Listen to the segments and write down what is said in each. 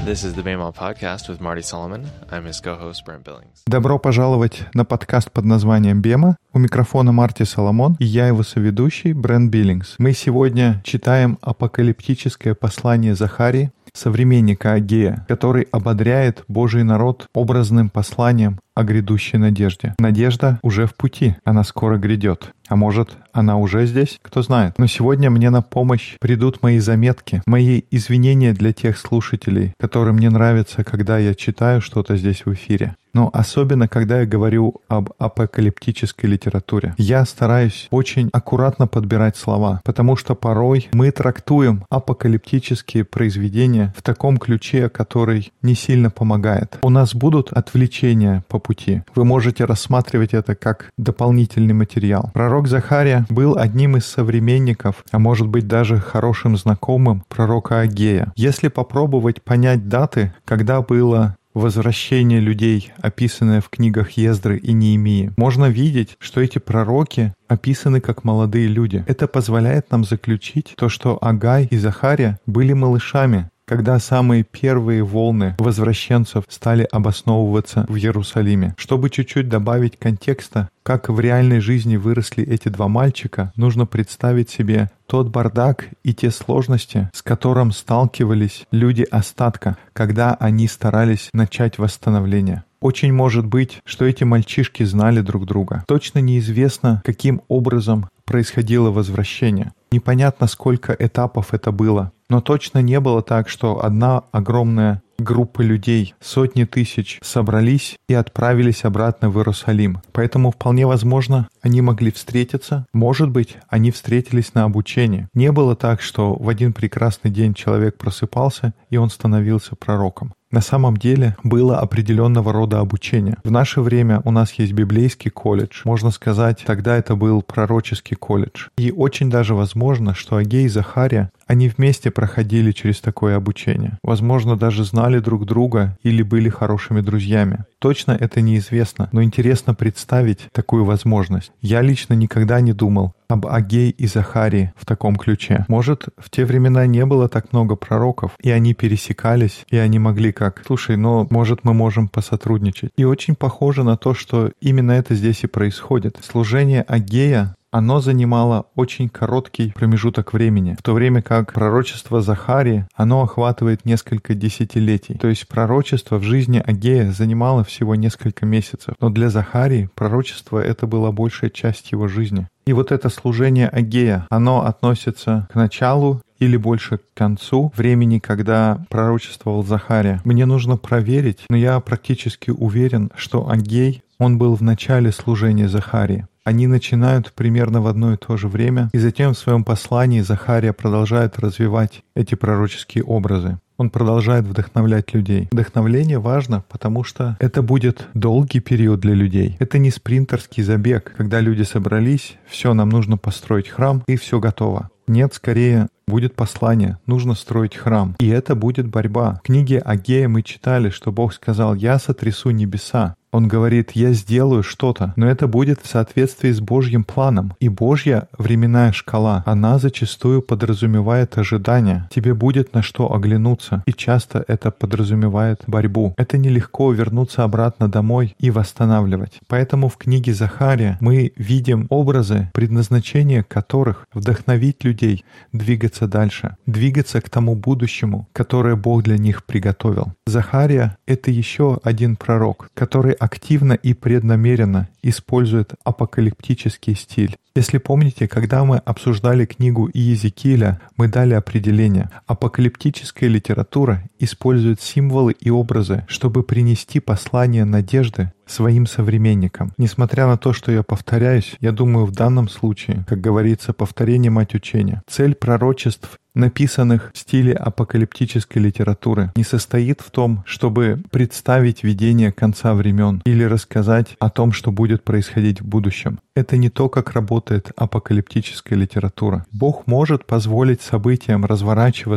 This is the Bema Podcast with Marty Solomon. I'm his co-host, Brent Billings. Добро пожаловать на подкаст под названием «Бема». У микрофона Марти Соломон и я его соведущий Брент Биллингс. Мы сегодня читаем апокалиптическое послание Захарии, современника Агея, который ободряет Божий народ образным посланием о грядущей надежде. Надежда уже в пути, она скоро грядет. А может, она уже здесь? Кто знает. Но сегодня мне на помощь придут мои заметки, мои извинения для тех слушателей, которым не нравится, когда я читаю что-то здесь в эфире. Но особенно, когда я говорю об апокалиптической литературе. Я стараюсь очень аккуратно подбирать слова, потому что порой мы трактуем апокалиптические произведения в таком ключе, который не сильно помогает. У нас будут отвлечения по пути. Вы можете рассматривать это как дополнительный материал. Пророк Захария был одним из современников, а может быть даже хорошим знакомым пророка Агея. Если попробовать понять даты, когда было возвращение людей, описанное в книгах Ездры и Неемии, можно видеть, что эти пророки описаны как молодые люди. Это позволяет нам заключить то, что Агай и Захария были малышами, когда самые первые волны возвращенцев стали обосновываться в Иерусалиме. Чтобы чуть-чуть добавить контекста, как в реальной жизни выросли эти два мальчика, нужно представить себе тот бардак и те сложности, с которым сталкивались люди остатка, когда они старались начать восстановление. Очень может быть, что эти мальчишки знали друг друга. Точно неизвестно, каким образом происходило возвращение. Непонятно, сколько этапов это было. Но точно не было так, что одна огромная группа людей, сотни тысяч, собрались и отправились обратно в Иерусалим. Поэтому вполне возможно, они могли встретиться. Может быть, они встретились на обучении. Не было так, что в один прекрасный день человек просыпался, и он становился пророком. На самом деле было определенного рода обучение. В наше время у нас есть библейский колледж. Можно сказать, тогда это был пророческий колледж. И очень даже возможно, что Агей и Захария, они вместе проходили через такое обучение. Возможно, даже знали друг друга или были хорошими друзьями. Точно это неизвестно, но интересно представить такую возможность. Я лично никогда не думал об Агее и Захарии в таком ключе. Может, в те времена не было так много пророков, и они пересекались, и они могли как: слушай, может, мы можем посотрудничать. И очень похоже на то, что именно это здесь и происходит. Служение Агея, оно занимало очень короткий промежуток времени, в то время как пророчество Захарии, оно охватывает несколько десятилетий. То есть пророчество в жизни Агея занимало всего несколько месяцев. Но для Захарии пророчество — это была большая часть его жизни. И вот это служение Агея, оно относится к началу или больше к концу времени, когда пророчествовал Захария. Мне нужно проверить, но я практически уверен, что Агей, он был в начале служения Захарии. Они начинают примерно в одно и то же время, и затем в своем послании Захария продолжает развивать эти пророческие образы. Он продолжает вдохновлять людей. Вдохновление важно, потому что это будет долгий период для людей. Это не спринтерский забег, когда люди собрались, все, нам нужно построить храм, и все готово. Нет, скорее будет послание, нужно строить храм. И это будет борьба. В книге Агея мы читали, что Бог сказал: «Я сотрясу небеса». Он говорит: «Я сделаю что-то», но это будет в соответствии с Божьим планом. И Божья временная шкала, она зачастую подразумевает ожидание. Тебе будет на что оглянуться. И часто это подразумевает борьбу. Это нелегко вернуться обратно домой и восстанавливать. Поэтому в книге Захария мы видим образы, предназначение которых вдохновить людей двигаться дальше, двигаться к тому будущему, которое Бог для них приготовил. Захария — это еще один пророк, который активно и преднамеренно использует апокалиптический стиль. Если помните, когда мы обсуждали книгу Иезекииля, мы дали определение. Апокалиптическая литература использует символы и образы, чтобы принести послание надежды своим современникам. Несмотря на то, что я повторяюсь, я думаю, в данном случае, как говорится, повторение — мать учения. Цель пророчеств, написанных в стиле апокалиптической литературы, не состоит в том, чтобы представить видение конца времен или рассказать о том, что будет происходить в будущем. Это не то, как работает апокалиптическая литература. Бог может позволить событиям разворачиваться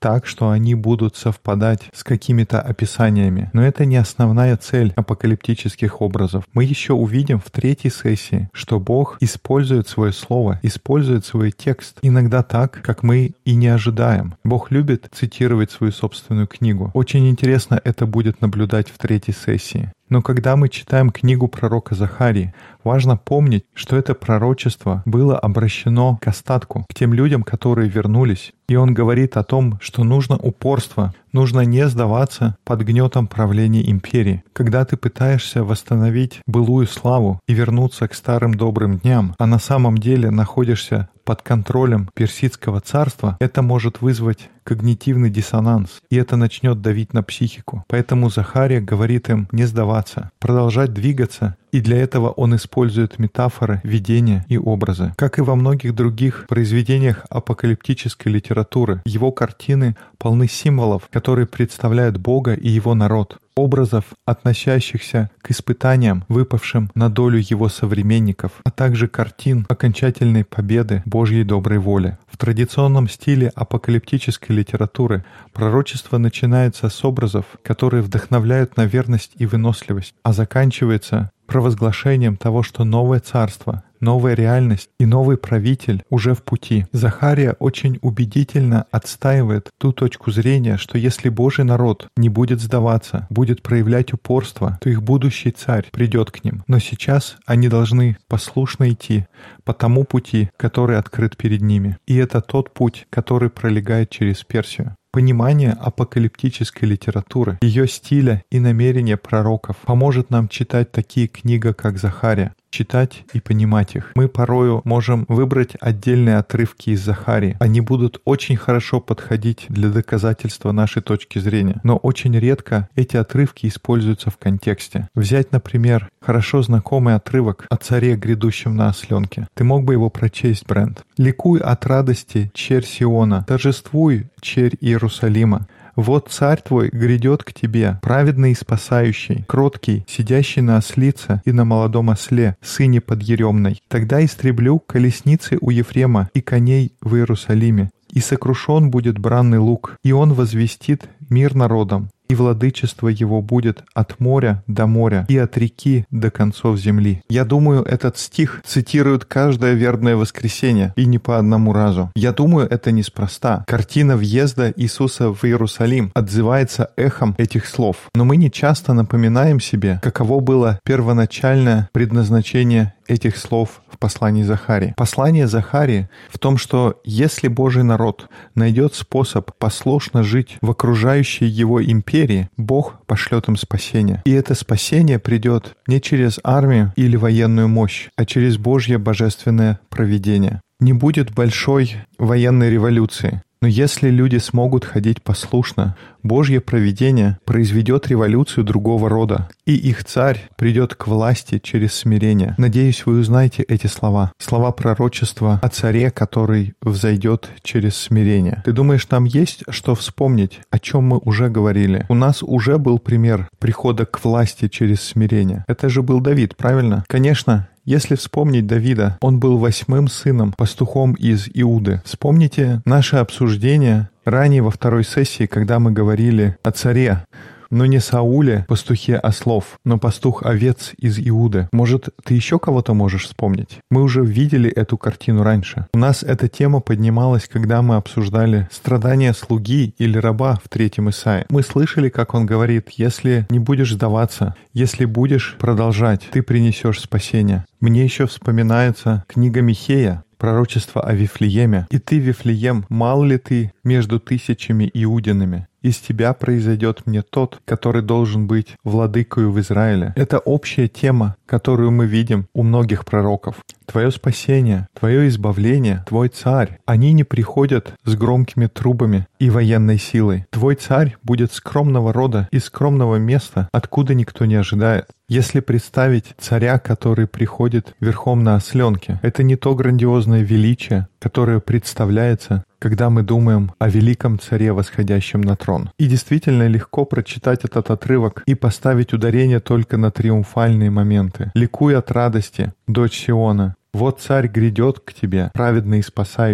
так, что они будут совпадать с какими-то описаниями. Но это не основная цель апокалиптических образов. Мы еще увидим в 3 сессии, что Бог использует свое слово, использует свой текст иногда так, как мы и не ожидаем. Бог любит цитировать свою собственную книгу. Очень интересно это будет наблюдать в 3 сессии. Но когда мы читаем книгу пророка Захарии, важно помнить, что это пророчество было обращено к остатку, к тем людям, которые вернулись. И он говорит о том, что нужно упорство, нужно не сдаваться под гнетом правления империи. Когда ты пытаешься восстановить былую славу и вернуться к старым добрым дням, а на самом деле находишься под контролем Персидского царства, это может вызвать когнитивный диссонанс, и это начнет давить на психику. Поэтому Захария говорит им не сдаваться, продолжать двигаться, и для этого он использует метафоры, видения и образы. Как и во многих других произведениях апокалиптической литературы, его картины полны символов, которые представляют Бога и его народ, образов, относящихся к испытаниям, выпавшим на долю его современников, а также картин окончательной победы Божьей доброй воли. В традиционном стиле апокалиптической литературы пророчество начинается с образов, которые вдохновляют на верность и выносливость, а заканчивается провозглашением того, что новое царство, новая реальность и новый правитель уже в пути. Захария очень убедительно отстаивает ту точку зрения, что если Божий народ не будет сдаваться, будет проявлять упорство, то их будущий царь придет к ним. Но сейчас они должны послушно идти по тому пути, который открыт перед ними. И это тот путь, который пролегает через Персию. Понимание апокалиптической литературы, ее стиля и намерения пророков поможет нам читать такие книги, как Захария, читать и понимать их. Мы порою можем выбрать отдельные отрывки из Захарии. Они будут очень хорошо подходить для доказательства нашей точки зрения, но очень редко эти отрывки используются в контексте. Взять, например, хорошо знакомый отрывок о царе, грядущем на осленке. Ты мог бы его прочесть, Брент? «Ликуй от радости, черь Сиона, торжествуй, черь Иерусалима. Вот царь твой грядет к тебе, праведный и спасающий, кроткий, сидящий на ослице и на молодом осле, сыне подъеремной. Тогда истреблю колесницы у Ефрема и коней в Иерусалиме. И сокрушен будет бранный лук, и он возвестит мир народам. И владычество его будет от моря до моря и от реки до концов земли». Я думаю, этот стих цитирует каждое вербное воскресенье, и не по одному разу. Я думаю, это неспроста. Картина въезда Иисуса в Иерусалим отзывается эхом этих слов. Но мы не часто напоминаем себе, каково было первоначальное предназначение этих слов в послании Захарии. Послание Захарии в том, что если Божий народ найдет способ послушно жить в окружающей его империи, Бог пошлет им спасение. И это спасение придет не через армию или военную мощь, а через Божье божественное провидение. Не будет большой военной революции. Но если люди смогут ходить послушно, Божье провидение произведет революцию другого рода, и их царь придет к власти через смирение. Надеюсь, вы узнаете эти слова. Слова пророчества о царе, который взойдет через смирение. Ты думаешь, нам есть что вспомнить, о чем мы уже говорили? У нас уже был пример прихода к власти через смирение. Это же был Давид, правильно? Конечно. Если вспомнить Давида, он был 8-м сыном, пастухом из Иуды. Вспомните наше обсуждение ранее во 2 сессии, когда мы говорили о царе, но не Сауле, пастухе ослов, но пастух овец из Иуды. Может, ты еще кого-то можешь вспомнить? Мы уже видели эту картину раньше. У нас эта тема поднималась, когда мы обсуждали страдания слуги или раба в 3 Исаии. Мы слышали, как он говорит: если не будешь сдаваться, если будешь продолжать, ты принесешь спасение. Мне еще вспоминается книга Михея, пророчество о Вифлееме. «И ты, Вифлеем, мал ли ты между тысячами иудинами? Из тебя произойдет мне тот, который должен быть владыкою в Израиле». Это общая тема, которую мы видим у многих пророков. Твое спасение, твое избавление, твой царь, они не приходят с громкими трубами и военной силой. Твой царь будет скромного рода и скромного места, откуда никто не ожидает. Если представить царя, который приходит верхом на осленке, это не то грандиозное величие, которое представляется, когда мы думаем о великом царе, восходящем на трон. И действительно легко прочитать этот отрывок и поставить ударение только на триумфальные моменты. «Ликуй от радости, дочь Сиона! Вот царь грядет к тебе, праведный и спасающий,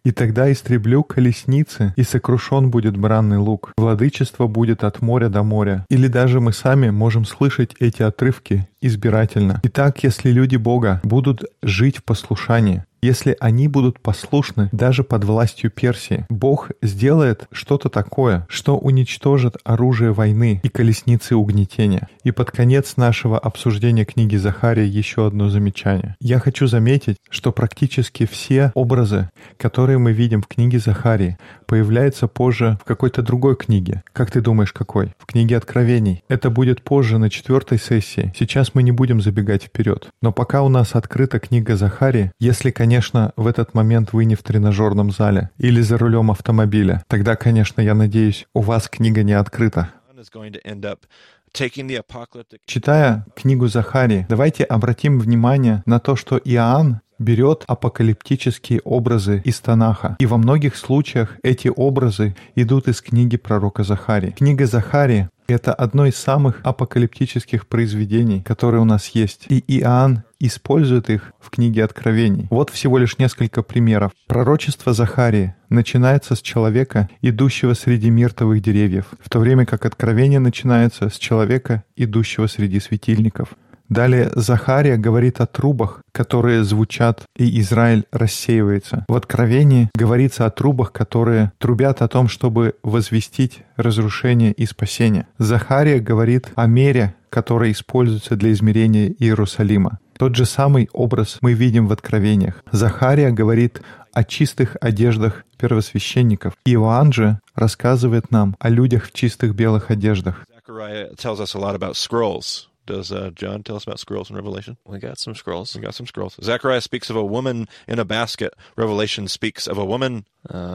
И тогда истреблю колесницы, и сокрушен будет бранный луг. Владычество будет от моря до моря. Или даже мы сами можем слышать эти отрывки избирательно. Итак, если люди Бога будут жить в послушании, если они будут послушны даже под властью Персии, Бог сделает что-то такое, что уничтожит оружие войны и колесницы угнетения. И под конец нашего обсуждения книги Захарии еще одно замечание. Я хочу заметить, что практически все образы, которые мы видим в книге Захарии, появляются позже в какой-то другой книге. Как ты думаешь, какой? В книге Откровений. Это будет позже, на 4-й сессии. Сейчас мы не будем забегать вперед. Но пока у нас открыта книга Захарии, если, конечно, в этот момент вы не в тренажерном зале или за рулем автомобиля, тогда, конечно, я надеюсь, у вас книга не открыта. Читая книгу Захарии, давайте обратим внимание на то, что Иоанн берет апокалиптические образы из Танаха. И во многих случаях эти образы идут из книги пророка Захарии. Книга Захарии — это одно из самых апокалиптических произведений, которые у нас есть. И Иоанн использует их в книге Откровений. Вот всего лишь несколько примеров. Пророчество Захарии начинается с человека, идущего среди миртовых деревьев, в то время как Откровение начинается с человека, идущего среди светильников. Далее Захария говорит о трубах, которые звучат, и Израиль рассеивается. В Откровении говорится о трубах, которые трубят о том, чтобы возвестить разрушение и спасение. Захария говорит о мере, которая используется для измерения Иерусалима. Тот же самый образ мы видим в Откровениях. Захария говорит о чистых одеждах первосвященников. Иоанн же рассказывает нам о людях в чистых белых одеждах. Does John tell us about scrolls in Revelation? We got some scrolls. Zechariah speaks of a woman in a basket. Revelation speaks of a woman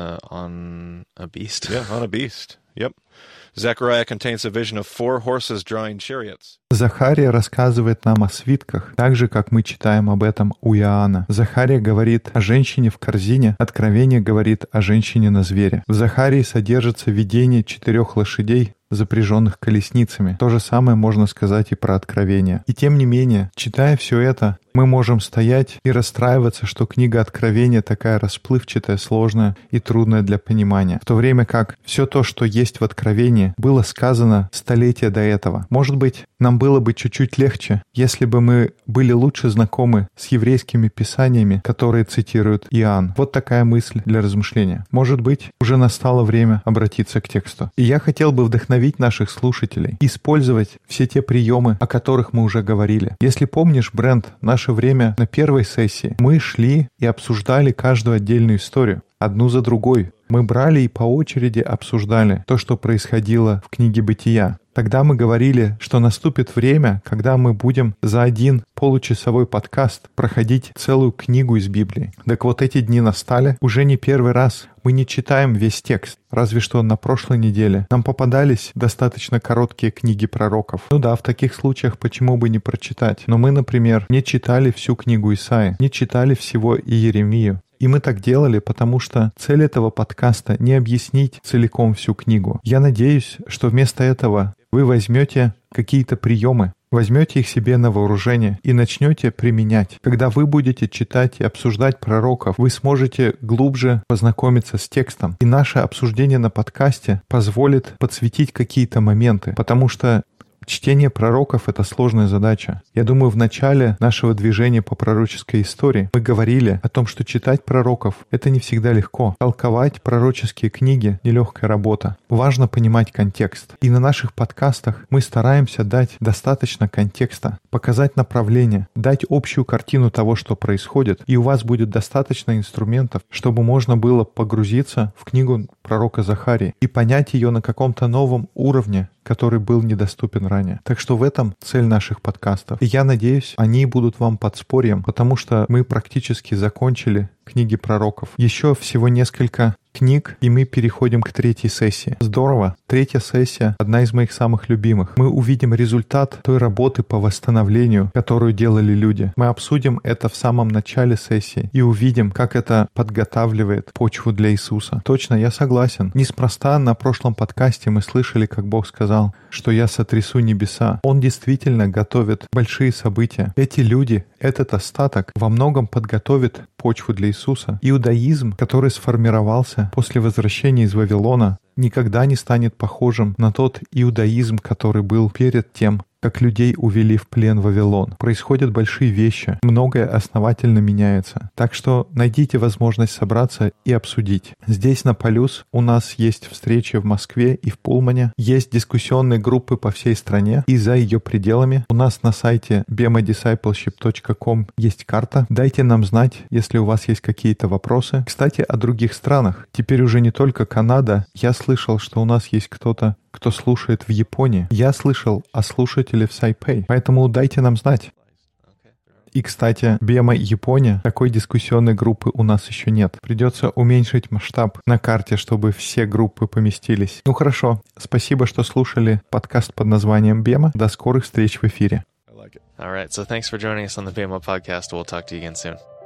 on a beast. Yeah, on a beast. Yep. Zechariah contains a vision of 4 horses drawing chariots. Захария рассказывает нам о свитках, так же, как мы читаем об этом у Иоанна. Захария говорит о женщине в корзине, Откровение говорит о женщине на звере. В Захарии содержится видение 4 лошадей, запряженных колесницами. То же самое можно сказать и про Откровение. И тем не менее, читая все это, мы можем стоять и расстраиваться, что книга Откровения такая расплывчатая, сложная и трудная для понимания. В то время как все то, что есть в Откровении, было сказано столетия до этого. Может быть, нам было бы чуть-чуть легче, если бы мы были лучше знакомы с еврейскими писаниями, которые цитирует Иоанн. Вот такая мысль для размышления. Может быть, уже настало время обратиться к тексту. И я хотел бы вдохновить наших слушателей, использовать все те приемы, о которых мы уже говорили. Если помнишь, Брент, наше время на первой сессии, мы шли и обсуждали каждую отдельную историю, одну за другой. Мы брали и по очереди обсуждали то, что происходило в книге Бытия. Тогда мы говорили, что наступит время, когда мы будем за один получасовой подкаст проходить целую книгу из Библии. Так вот, эти дни настали. Уже не первый раз мы не читаем весь текст. Разве что на прошлой неделе нам попадались достаточно короткие книги пророков. Ну да, в таких случаях почему бы не прочитать? Но мы, например, не читали всю книгу Исаии, не читали всего Иеремию. И мы так делали, потому что цель этого подкаста — не объяснить целиком всю книгу. Я надеюсь, что вместо этого вы возьмете какие-то приемы, возьмете их себе на вооружение и начнете применять. Когда вы будете читать и обсуждать пророков, вы сможете глубже познакомиться с текстом. И наше обсуждение на подкасте позволит подсветить какие-то моменты, потому что чтение пророков — это сложная задача. Я думаю, в начале нашего движения по пророческой истории мы говорили о том, что читать пророков — это не всегда легко. Толковать пророческие книги — нелегкая работа. Важно понимать контекст. И на наших подкастах мы стараемся дать достаточно контекста, показать направление, дать общую картину того, что происходит, и у вас будет достаточно инструментов, чтобы можно было погрузиться в книгу пророка Захарии и понять ее на каком-то новом уровне, который был недоступен ранее. Так что в этом цель наших подкастов. И я надеюсь, они будут вам подспорьем, потому что мы практически закончили книги пророков. Еще всего несколько книг, и мы переходим к 3-й сессии. Здорово! 3-я сессия — одна из моих самых любимых. Мы увидим результат той работы по восстановлению, которую делали люди. Мы обсудим это в самом начале сессии и увидим, как это подготавливает почву для Иисуса. Точно, я согласен. Неспроста на прошлом подкасте мы слышали, как Бог сказал, что «я сотрясу небеса». Он действительно готовит большие события. Эти люди, этот остаток во многом подготовит почву для Иисуса. Иисуса. Иудаизм, который сформировался после возвращения из Вавилона, никогда не станет похожим на тот иудаизм, который был перед тем, как людей увели в плен в Вавилон. Происходят большие вещи, многое основательно меняется. Так что найдите возможность собраться и обсудить. Здесь на Полюс у нас есть встречи в Москве и в Пулмане, есть дискуссионные группы по всей стране и за ее пределами. У нас на сайте bemadiscipleship.com есть карта. Дайте нам знать, если у вас есть какие-то вопросы. Кстати, о других странах. Теперь уже не только Канада. Я слышал, что у нас есть кто-то, кто слушает в Японии. Я слышал о слушателе в Сайпэй, поэтому дайте нам знать. И, кстати, Бема Япония, такой дискуссионной группы у нас еще нет. Придется уменьшить масштаб на карте, чтобы все группы поместились. Ну хорошо, спасибо, что слушали подкаст под названием Бема. До скорых встреч в эфире. All right, so thanks for joining us on the BEMA podcast. We'll talk to you again soon.